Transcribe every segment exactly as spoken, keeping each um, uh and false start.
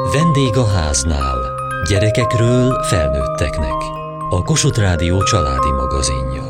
Vendég a háznál. Gyerekekről felnőtteknek. A Kossuth Rádió családi magazinja.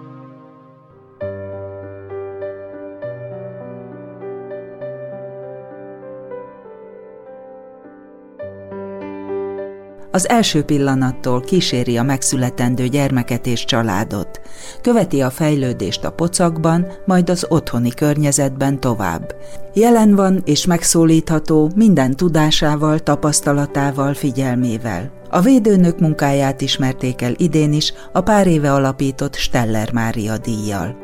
Az első pillanattól kíséri a megszületendő gyermeket és családot. Követi a fejlődést a pocakban, majd az otthoni környezetben tovább. Jelen van és megszólítható minden tudásával, tapasztalatával, figyelmével. A védőnök munkáját ismerték el idén is a pár éve alapított Steller Mária díjjal.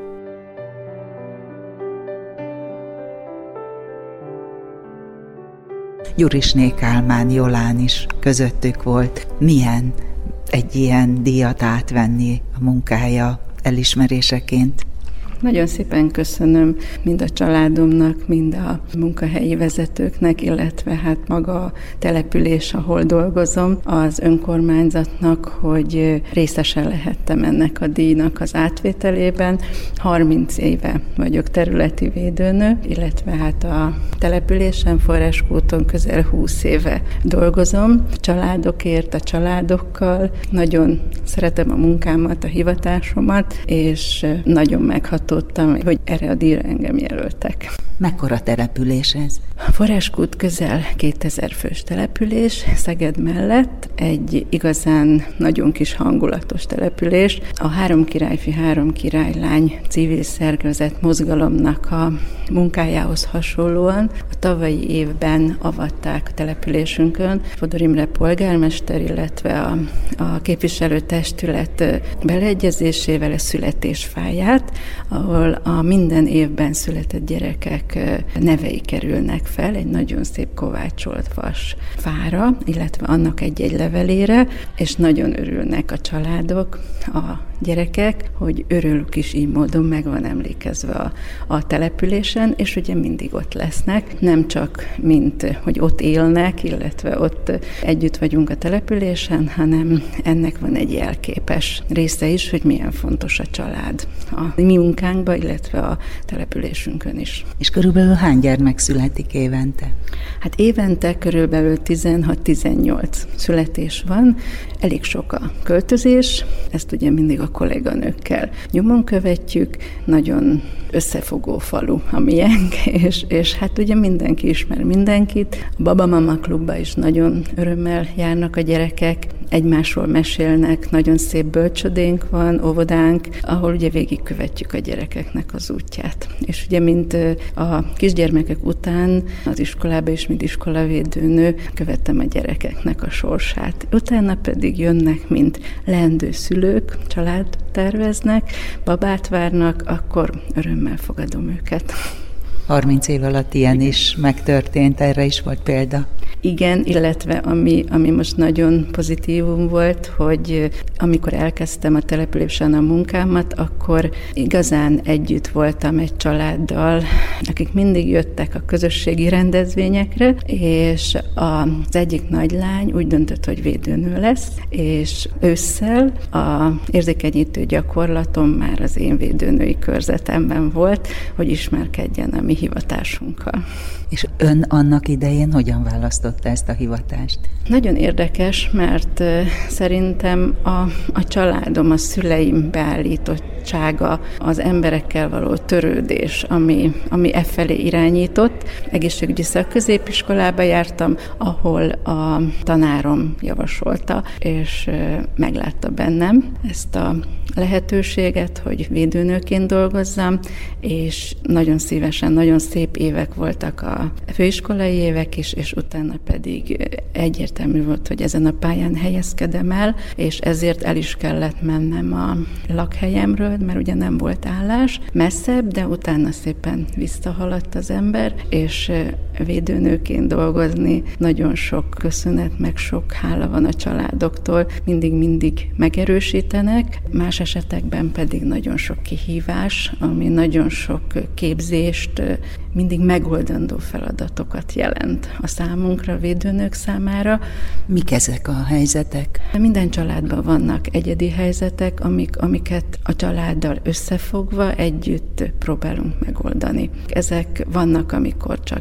Jurisné Kálmán Jolán is közöttük volt. Milyen egy ilyen díjat átvenni a munkája elismeréseként? Nagyon szépen köszönöm mind a családomnak, mind a munkahelyi vezetőknek, illetve hát maga a település, ahol dolgozom, az önkormányzatnak, hogy részesen lehettem ennek a díjnak az átvételében. harminc éve vagyok területi védőnő, illetve hát a településen, Forráskúton közel húsz éve dolgozom. A családokért, a családokkal. Nagyon szeretem a munkámat, a hivatásomat, és nagyon megható hogy erre a díjra engem jelöltek. Mekkora település ez? A Forráskút közel kétezer fős település, Szeged mellett egy igazán nagyon kis hangulatos település. A Három királyfi, Három királylány civil szervezet mozgalomnak a munkájához hasonlóan a tavalyi évben avatták a településünkön Fodor Imre polgármester, illetve a, a képviselőtestület beleegyezésével a születésfáját, ahol a minden évben született gyerekek nevei kerülnek fel egy nagyon szép kovácsolt vas fára, illetve annak egy-egy levelére, és nagyon örülnek a családok, a gyerekek, hogy örülük is így módon meg van emlékezve a, a településen, és ugye mindig ott lesznek, nem csak mint, hogy ott élnek, illetve ott együtt vagyunk a településen, hanem ennek van egy jelképes része is, hogy milyen fontos a család a mi munkánkban, illetve a településünkön is. És körülbelül hány gyermek születik évente? Hát évente körülbelül tizenhat-tizennyolc születés van, elég sok a költözés, ezt ugye mindig a kolléganőkkel nyomon követjük, nagyon összefogó falu a miénk, és, és hát ugye mindenki ismer mindenkit. A Babamama klubba is nagyon örömmel járnak a gyerekek, egymásról mesélnek, nagyon szép bölcsödénk van, óvodánk, ahol ugye végigkövetjük a gyerekeknek az útját. És ugye, mint a kisgyermekek után az iskolába is, mint iskolavédőnő, követtem a gyerekeknek a sorsát. Utána pedig jönnek, mint leendő szülők, család terveznek, babát várnak, akkor örömmel fogadom őket. harminc év alatt ilyen is megtörtént, erre is volt példa. Igen, illetve ami, ami most nagyon pozitívum volt, hogy amikor elkezdtem a településen a munkámat, akkor igazán együtt voltam egy családdal, akik mindig jöttek a közösségi rendezvényekre, és az egyik nagylány úgy döntött, hogy védőnő lesz, és ősszel a érzékenyítő gyakorlatom már az én védőnői körzetemben volt, hogy ismerkedjen a mi hivatásunkkal. És ön annak idején hogyan választotta ezt a hivatást? Nagyon érdekes, mert szerintem a, a családom, a szüleim beállítottsága, az emberekkel való törődés, ami, ami e felé irányított. Egészségügyi szakközépiskolába jártam, ahol a tanárom javasolta, és meglátta bennem ezt a lehetőséget, hogy védőnőként dolgozzam, és nagyon szívesen, nagyon szép évek voltak a főiskolai évek is, és utána pedig egyértelmű volt, hogy ezen a pályán helyezkedem el, és ezért el is kellett mennem a lakhelyemről, mert ugye nem volt állás, messzebb, de utána szépen visszahaladt az ember, és védőnőként dolgozni nagyon sok köszönet, meg sok hála van a családoktól, mindig-mindig megerősítenek, más esetekben pedig nagyon sok kihívás, ami nagyon sok képzést, mindig megoldandó feladatokat jelent a számunkra, a védőnők számára. Mik ezek a helyzetek? Minden családban vannak egyedi helyzetek, amik, amiket a családdal összefogva együtt próbálunk megoldani. Ezek vannak, amikor csak egyszer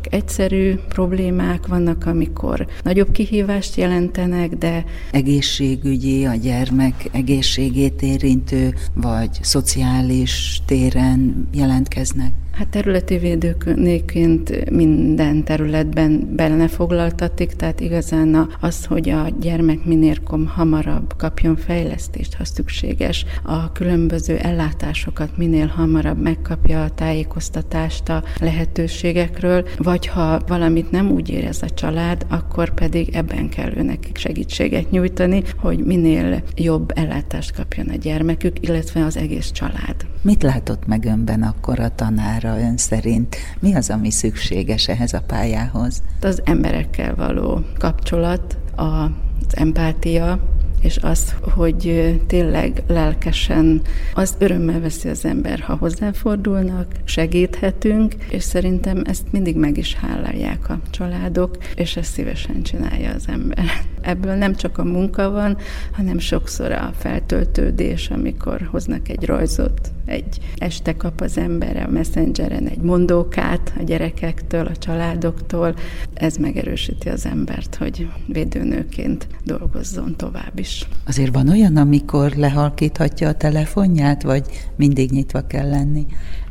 egyszerű problémák, vannak, amikor nagyobb kihívást jelentenek, de egészségügyi, a gyermek egészségét érintő, vagy szociális téren jelentkeznek? Hát területi védőnőként minden területben benne foglaltatik, tehát igazán az, hogy a gyermek minél hamarabb kapjon fejlesztést, ha szükséges, a különböző ellátásokat minél hamarabb megkapja, a tájékoztatást a lehetőségekről, vagy ha valamit nem úgy érez a család, akkor pedig ebben kell őnek segítséget nyújtani, hogy minél jobb ellátást kapjon a gyermekük, illetve az egész család. Mit látott meg önben akkor a tanára ön szerint? Mi az, ami szükséges ehhez a pályához? Az emberekkel való kapcsolat, az empátia, és az, hogy tényleg lelkesen, azt örömmel veszi az ember, ha hozzáfordulnak, segíthetünk, és szerintem ezt mindig meg is hálálják a családok, és ezt szívesen csinálja az ember. Ebből nem csak a munka van, hanem sokszor a feltöltődés, amikor hoznak egy rajzot, egy este kap az ember a Messengeren egy mondókát a gyerekektől, a családoktól. Ez megerősíti az embert, hogy védőnőként dolgozzon tovább is. Azért van olyan, amikor lehalkíthatja a telefonját, vagy mindig nyitva kell lenni?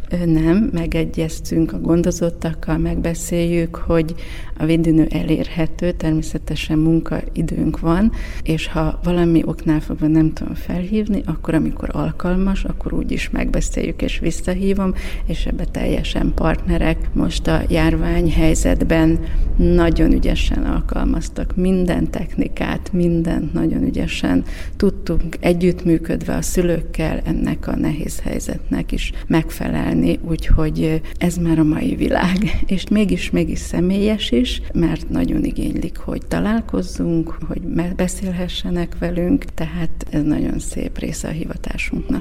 Nem, megegyeztünk a gondozottakkal, megbeszéljük, hogy a védőnő elérhető, természetesen munkaidőnk van, és ha valami oknál fogva nem tudom felhívni, akkor amikor alkalmas, akkor úgyis megbeszéljük és visszahívom, és ebbe teljesen partnerek. Most a járványhelyzetben nagyon ügyesen alkalmaztak minden technikát, mindent nagyon ügyesen tudtunk együttműködve a szülőkkel ennek a nehéz helyzetnek is megfelelni. Úgyhogy ez már a mai világ. És mégis, mégis személyes is, mert nagyon igénylik, hogy találkozzunk, hogy beszélhessenek velünk, tehát ez nagyon szép része a hivatásunknak.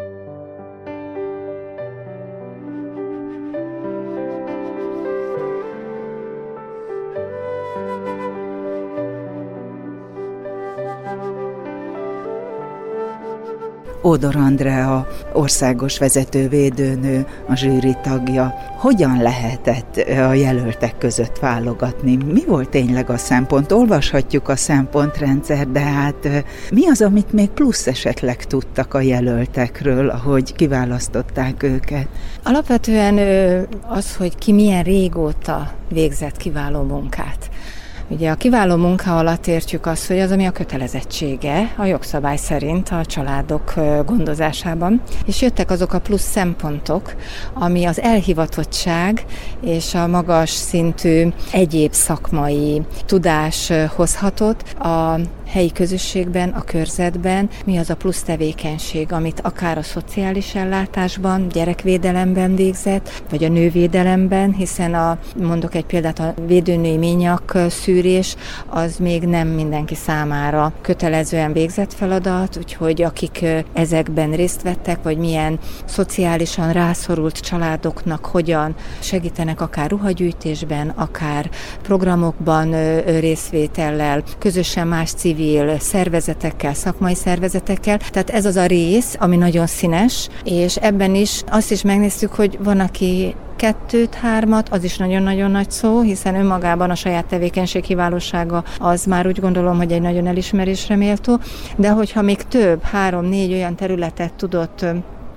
Ódor Andrea, országos vezetővédőnő, a zsűri tagja. Hogyan lehetett a jelöltek között válogatni? Mi volt tényleg a szempont? Olvashatjuk a szempontrendszer, de hát mi az, amit még plusz esetleg tudtak a jelöltekről, ahogy kiválasztották őket? Alapvetően az, hogy ki milyen régóta végzett kiváló munkát. Ugye a kiváló munka alatt értjük azt, hogy az, ami a kötelezettsége a jogszabály szerint a családok gondozásában, és jöttek azok a plusz szempontok, ami az elhivatottság és a magas szintű egyéb szakmai tudás hozhatott a helyi közösségben, a körzetben, mi az a plusz tevékenység, amit akár a szociális ellátásban, gyerekvédelemben végzett, vagy a nővédelemben, hiszen a, mondok egy példát, a védőnői ményak szűrés, az még nem mindenki számára kötelezően végzett feladat, úgyhogy akik ezekben részt vettek, vagy milyen szociálisan rászorult családoknak hogyan segítenek akár ruhagyűjtésben, akár programokban részvétellel, közösen más civil szervezetekkel, szakmai szervezetekkel. Tehát ez az a rész, ami nagyon színes, és ebben is azt is megnéztük, hogy van, aki kettőt, hármat, az is nagyon-nagyon nagy szó, hiszen önmagában a saját tevékenység kiválósága az már úgy gondolom, hogy egy nagyon elismerésre méltó, de hogyha még több, három-négy olyan területet tudott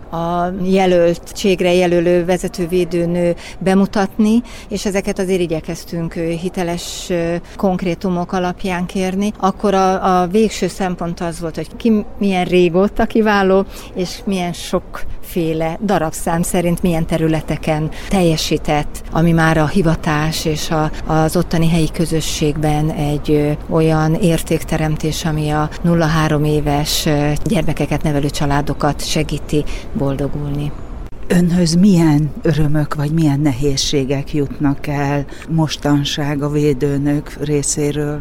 a jelöltségre jelölő vezetővédőnő bemutatni, és ezeket azért igyekeztünk hiteles konkrétumok alapján kérni, akkor a, a végső szempont az volt, hogy ki milyen régóta kiváló, és milyen sokféle darabszám szerint milyen területeken teljesített, ami már a hivatás és a, az ottani helyi közösségben egy ö, olyan értékteremtés, ami a nulla-három éves gyermekeket nevelő családokat segíti boldogulni. Önhöz milyen örömök vagy milyen nehézségek jutnak el mostanság a védőnök részéről?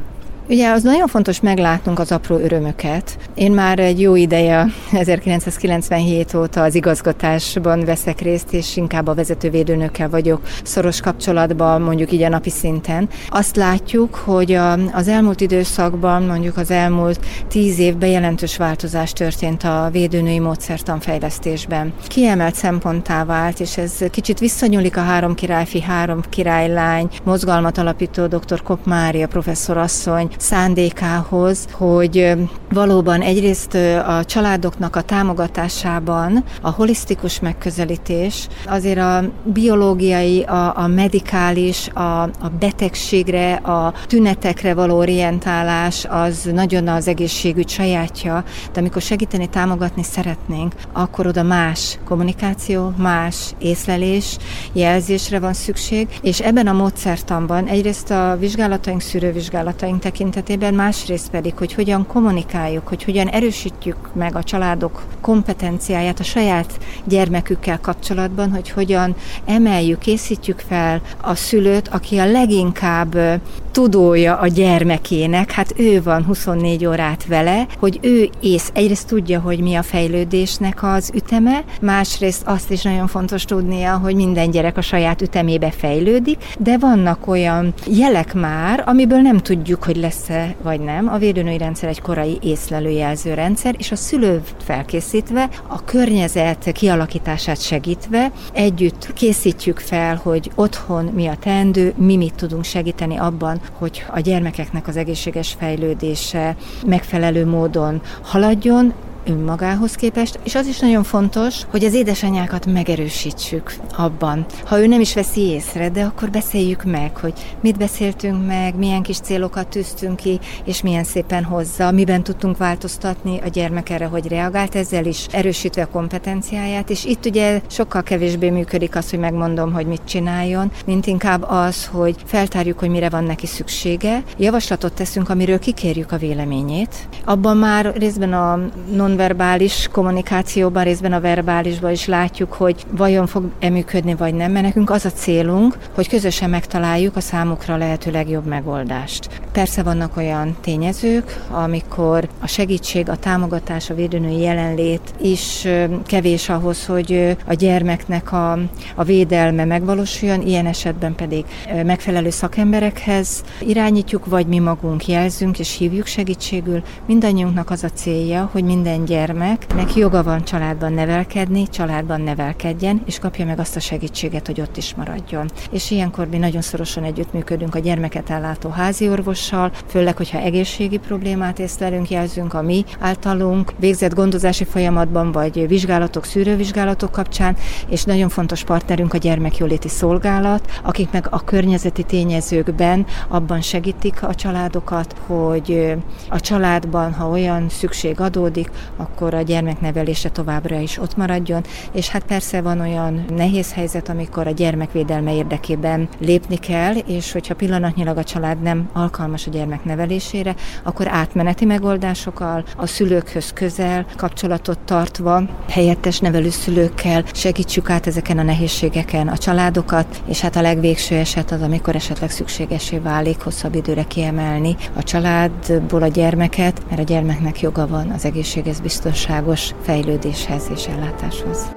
Ugye az nagyon fontos meglátnunk az apró örömöket. Én már egy jó ideje, ezerkilencszázkilencvenhét óta az igazgatásban veszek részt, és inkább a vezetővédőnökkel vagyok szoros kapcsolatban, mondjuk így a napi szinten. Azt látjuk, hogy a, az elmúlt időszakban, mondjuk az elmúlt tíz évben jelentős változás történt a védőnői módszertanfejlesztésben. Kiemelt szemponttá vált, és ez kicsit visszanyúlik a három királyfi, három királylány mozgalmat alapító dr. Kopp Mária professzorasszony szándékához, hogy valóban egyrészt a családoknak a támogatásában a holisztikus megközelítés, azért a biológiai, a, a medikális, a, a betegségre, a tünetekre való orientálás az nagyon az egészségügy sajátja, de amikor segíteni, támogatni szeretnénk, akkor oda más kommunikáció, más észlelés, jelzésre van szükség, és ebben a módszertanban egyrészt a vizsgálataink, szűrővizsgálataink tekintetében, másrészt pedig, hogy hogyan kommunikáljuk, hogy hogyan erősítjük meg a családok kompetenciáját a saját gyermekükkel kapcsolatban, hogy hogyan emeljük, készítjük fel a szülőt, aki a leginkább tudója a gyermekének, hát ő van huszonnégy órát vele, hogy ő ész, egyrészt tudja, hogy mi a fejlődésnek az üteme, másrészt azt is nagyon fontos tudnia, hogy minden gyerek a saját ütemébe fejlődik, de vannak olyan jelek már, amiből nem tudjuk, hogy lesz-e vagy nem. A védőnői rendszer egy korai észlelőjelző rendszer, és a szülő felkészítve, a környezet kialakítását segítve, együtt készítjük fel, hogy otthon mi a teendő, mi mit tudunk segíteni abban, hogy a gyermekeknek az egészséges fejlődése megfelelő módon haladjon, önmagához képest, és az is nagyon fontos, hogy az édesanyákat megerősítsük abban. Ha ő nem is veszi észre, de akkor beszéljük meg, hogy mit beszéltünk meg, milyen kis célokat tűztünk ki, és milyen szépen hozza, miben tudtunk változtatni a gyermek erre, hogy reagált, ezzel is erősítve a kompetenciáját, és itt ugye sokkal kevésbé működik az, hogy megmondom, hogy mit csináljon, mint inkább az, hogy feltárjuk, hogy mire van neki szüksége, javaslatot teszünk, amiről kikérjük a véleményét. Abban már részben a non verbális kommunikációban, részben a verbálisban is látjuk, hogy vajon fog-e működni, vagy nem, mert nekünk az a célunk, hogy közösen megtaláljuk a számukra lehető legjobb megoldást. Persze vannak olyan tényezők, amikor a segítség, a támogatás, a védőnői jelenlét is kevés ahhoz, hogy a gyermeknek a, a védelme megvalósuljon, ilyen esetben pedig megfelelő szakemberekhez irányítjuk, vagy mi magunk jelzünk és hívjuk segítségül. Mindannyiunknak az a célja, hogy minden gyermeknek joga van családban nevelkedni, családban nevelkedjen, és kapja meg azt a segítséget, hogy ott is maradjon. És ilyenkor mi nagyon szorosan együttműködünk a gyermeket ellátó háziorvossal, főleg, hogyha egészségi problémát észlelünk, jelzünk a mi általunk végzett gondozási folyamatban, vagy vizsgálatok, szűrővizsgálatok kapcsán, és nagyon fontos partnerünk a gyermekjóléti szolgálat, akik meg a környezeti tényezőkben abban segítik a családokat, hogy a családban, ha olyan szükség adódik, akkor a gyermeknevelése továbbra is ott maradjon, és hát persze van olyan nehéz helyzet, amikor a gyermekvédelme érdekében lépni kell, és hogyha pillanatnyilag a család nem alkalmas a gyermek nevelésére, akkor átmeneti megoldásokkal, a szülőkhöz közel kapcsolatot tartva, helyettes nevelőszülőkkel segítsük át ezeken a nehézségeken a családokat, és hát a legvégső eset az, amikor esetleg szükségesé válik hosszabb időre kiemelni a családból a gyermeket, mert a gyermeknek joga van az egészséges, biztonságos fejlődéshez és ellátáshoz.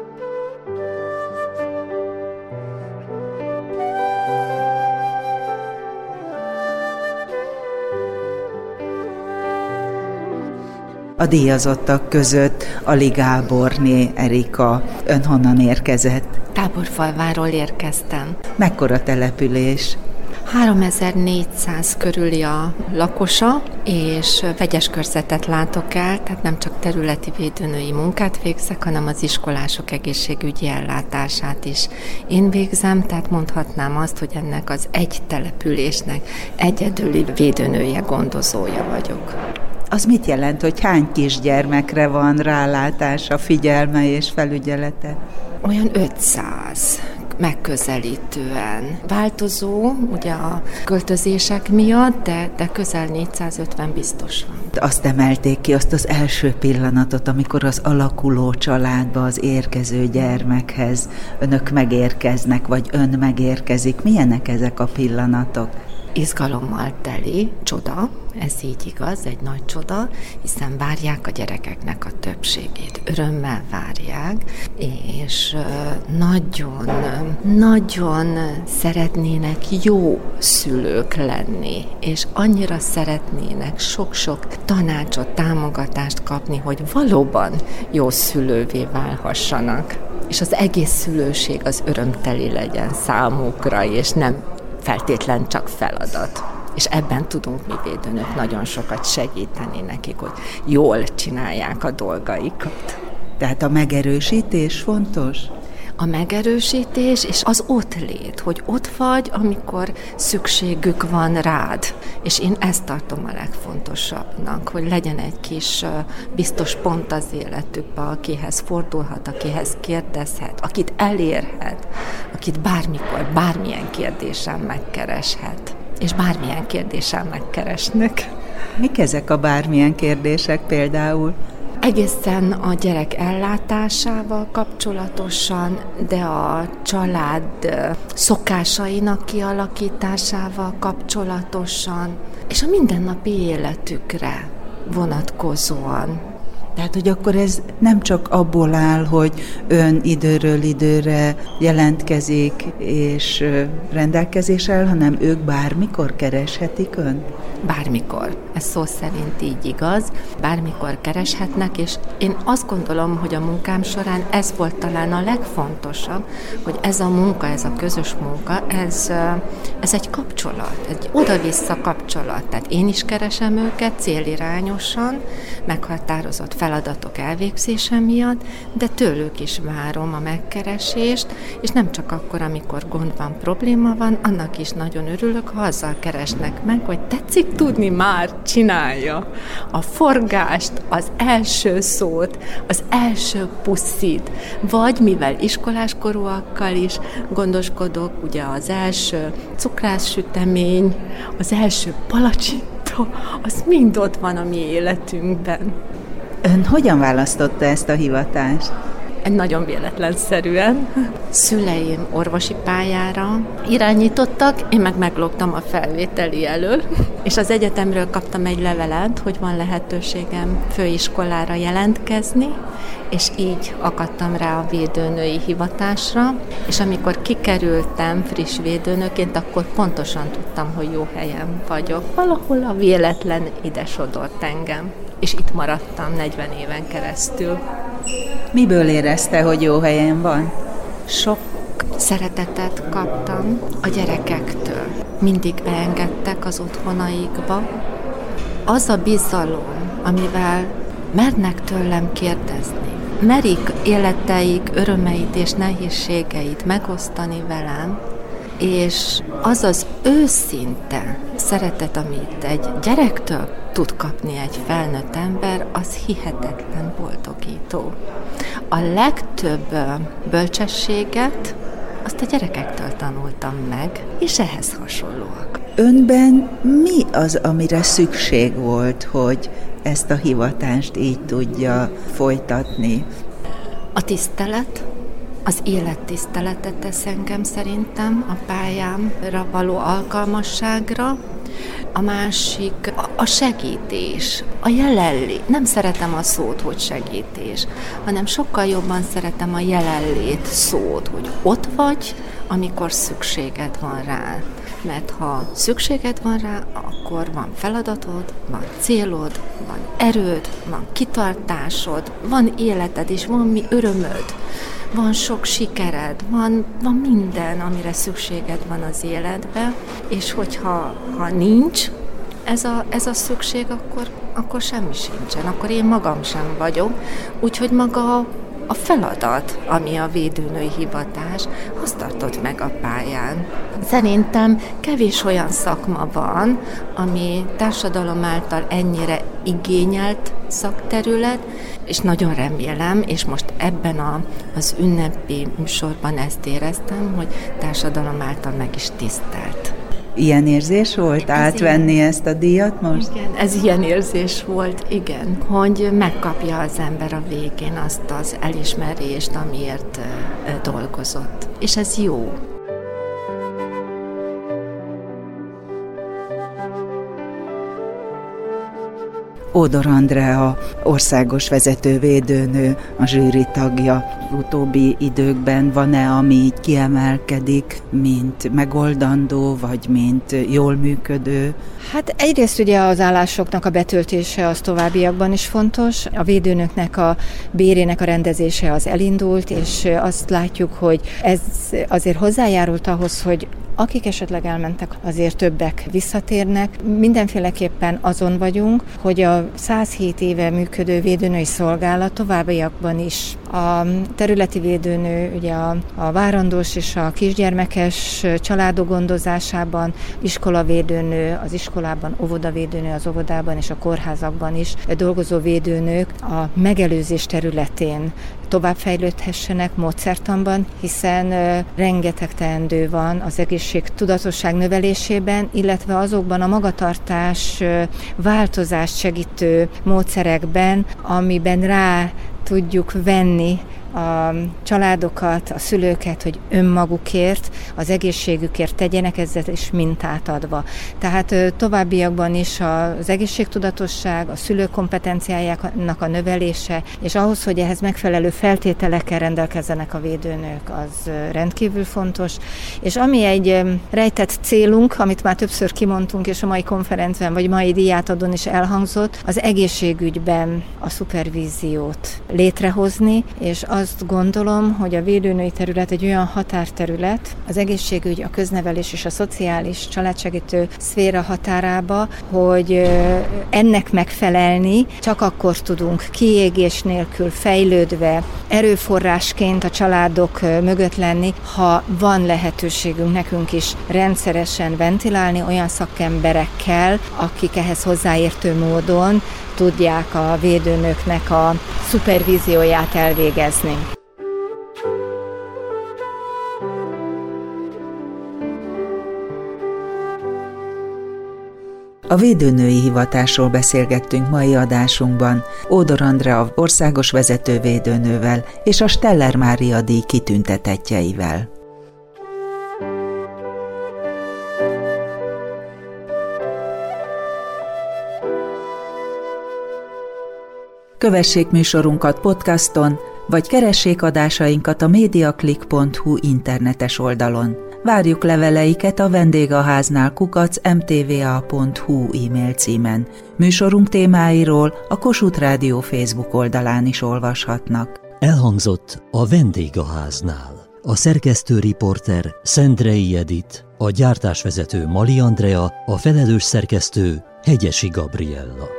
A díjazottak között Ali Gáborné Erika. Ön honnan érkezett? Táborfalváról érkeztem. Mekkora település? háromezer-négyszáz körüli a lakosa, és vegyes körzetet látok el, tehát nem csak területi védőnői munkát végzek, hanem az iskolások egészségügyi ellátását is én végzem, tehát mondhatnám azt, hogy ennek az egy településnek egyedüli védőnője, gondozója vagyok. Az mit jelent, hogy hány kisgyermekre van rálátása, figyelme és felügyelete? Olyan ötszáz megközelítően. Változó, ugye a költözések miatt, de, de közel négyszázötven biztos van. Azt emelték ki, azt az első pillanatot, amikor az alakuló családba, az érkező gyermekhez önök megérkeznek, vagy ön megérkezik. Milyenek ezek a pillanatok? izgalommal teli, csoda, ez így igaz, egy nagy csoda, hiszen várják a gyerekeknek a többségét, örömmel várják, és nagyon, nagyon szeretnének jó szülők lenni, és annyira szeretnének sok-sok tanácsot, támogatást kapni, hogy valóban jó szülővé válhassanak, és az egész szülőség az örömteli legyen számukra, és nem feltétlen csak feladat. És ebben tudunk mi védőnök nagyon sokat segíteni nekik, hogy jól csinálják a dolgaikat. Tehát a megerősítés fontos? A megerősítés és az ott lét, hogy ott vagy, amikor szükségük van rád. És én ezt tartom a legfontosabbnak, hogy legyen egy kis biztos pont az életükben, akihez fordulhat, akihez kérdezhet, akit elérhet, akit bármikor, bármilyen kérdésen megkereshet. És bármilyen kérdésen megkeresnek. Mik ezek a bármilyen kérdések például? Egészen a gyerek ellátásával kapcsolatosan, de a család szokásainak kialakításával kapcsolatosan, és a mindennapi életükre vonatkozóan. Tehát, hogy akkor ez nem csak abból áll, hogy ön időről időre jelentkezik és rendelkezésre áll, hanem ők bármikor kereshetik önt? Bármikor. Ez szó szerint így igaz. Bármikor kereshetnek, és én azt gondolom, hogy a munkám során ez volt talán a legfontosabb, hogy ez a munka, ez a közös munka, ez, ez egy kapcsolat, egy oda-vissza kapcsolat. Tehát én is keresem őket célirányosan, meghatározott feladatok elvégzése miatt, de tőlük is várom a megkeresést, és nem csak akkor, amikor gond van, probléma van, annak is nagyon örülök, ha azzal keresnek meg, hogy tetszik tudni, már csinálja a forgást, az első szót, az első puszit, vagy mivel iskoláskorúakkal is gondoskodok, ugye az első cukrássütemény, az első palacsinta, az mind ott van a mi életünkben. Ön hogyan választotta ezt a hivatást? Nagyon véletlenszerűen. Szüleim orvosi pályára irányítottak, én meg meglógtam a felvételi elől, és az egyetemről kaptam egy levelet, hogy van lehetőségem főiskolára jelentkezni, és így akadtam rá a védőnői hivatásra, és amikor kikerültem friss védőnőként, akkor pontosan tudtam, hogy jó helyen vagyok. Valahol a véletlen ide sodort engem, és itt maradtam negyven éven keresztül. Miből érezte, hogy jó helyen van? Sok szeretetet kaptam a gyerekektől. Mindig beengedtek az otthonaikba. Az a bizalom, amivel mernek tőlem kérdezni, merik életeik örömeit és nehézségeit megosztani velem, és az az őszinte szeretet, amit egy gyerektől tud kapni egy felnőtt ember, az hihetetlen boldogító. A legtöbb bölcsességet azt a gyerekektől tanultam meg, és ehhez hasonlóak. Önben mi az, amire szükség volt, hogy ezt a hivatást így tudja folytatni? A tisztelet, az élettiszteletet tesz engem szerintem a pályámra való alkalmasságra. A másik a segítés, a jelenlét. Nem szeretem a szót, hogy segítés, hanem sokkal jobban szeretem a jelenlét szót, hogy ott vagy, amikor szükséged van rá. Mert ha szükséged van rá, akkor van feladatod, van célod, van erőd, van kitartásod, van életed és van mi örömöd. Van sok sikered, van, van minden, amire szükséged van az életbe, és hogyha ha nincs ez a, ez a szükség, akkor, akkor semmi sincsen, akkor én magam sem vagyok. Úgyhogy maga a feladat, ami a védőnői hivatás, azt tartott meg a pályán. Szerintem kevés olyan szakma van, ami társadalom által ennyire igényelt szakterület, és nagyon remélem, és most ebben a, az ünnepi műsorban ezt éreztem, hogy társadalom által meg is tisztelt. Ilyen érzés volt ez átvenni ilyen, ezt a díjat most? Igen, ez ilyen érzés volt, igen, hogy megkapja az ember a végén azt az elismerést, amiért dolgozott. És ez jó. Ódor Andrea, országos vezetővédőnő, a zsűri tagja. Utóbbi időkben van-e, ami így kiemelkedik, mint megoldandó, vagy mint jól működő? Hát egyrészt ugye az állásoknak a betöltése az továbbiakban is fontos. A védőnöknek a bérének a rendezése az elindult, és azt látjuk, hogy ez azért hozzájárult ahhoz, hogy akik esetleg elmentek, azért többek visszatérnek. Mindenféleképpen azon vagyunk, hogy a százhét éve működő védőnői szolgálat továbbiakban is a területi védőnő, ugye a, a várandós és a kisgyermekes családok gondozásában, iskolavédőnő, az iskolában, óvodavédőnő, az óvodában és a kórházakban is dolgozó védőnők a megelőzés területén továbbfejlődhessenek módszertanban, hiszen uh, rengeteg teendő van az egészségtudatosság növelésében, illetve azokban a magatartás uh, változást segítő módszerekben, amiben rá tudjuk venni a családokat, a szülőket, hogy önmagukért, az egészségükért tegyenek, ezzel is mintát adva. Tehát továbbiakban is az egészségtudatosság, a szülők kompetenciájának a növelése, és ahhoz, hogy ehhez megfelelő feltételekkel rendelkezzenek a védőnők, az rendkívül fontos. És ami egy rejtett célunk, amit már többször kimondtunk, és a mai konferencián, vagy mai díjátadón is elhangzott, az egészségügyben a szupervíziót létrehozni, és azt gondolom, hogy a védőnői terület egy olyan határterület, az egészségügy, a köznevelés és a szociális családsegítő szféra határába, hogy ennek megfelelni csak akkor tudunk kiégés nélkül, fejlődve, erőforrásként a családok mögött lenni, ha van lehetőségünk nekünk is rendszeresen ventilálni olyan szakemberekkel, akik ehhez hozzáértő módon tudják a védőnöknek a szupervízióját elvégezni. A védőnői hivatásról beszélgettünk mai adásunkban Ódor Andrea országos vezetővédőnővel és a Steller Mária díj kitüntetettjeivel. Kövessék műsorunkat podcaston, vagy keressék adásainkat a mediaclick pont hu internetes oldalon. Várjuk leveleiket a vendégháznál kukac em té vé á pont hu e-mail címen. Műsorunk témáiról a Kossuth Rádió Facebook oldalán is olvashatnak. Elhangzott a vendégháznál. A szerkesztő riporter Szendrei Edit, a gyártásvezető Mali Andrea, a felelős szerkesztő Hegyesi Gabriella.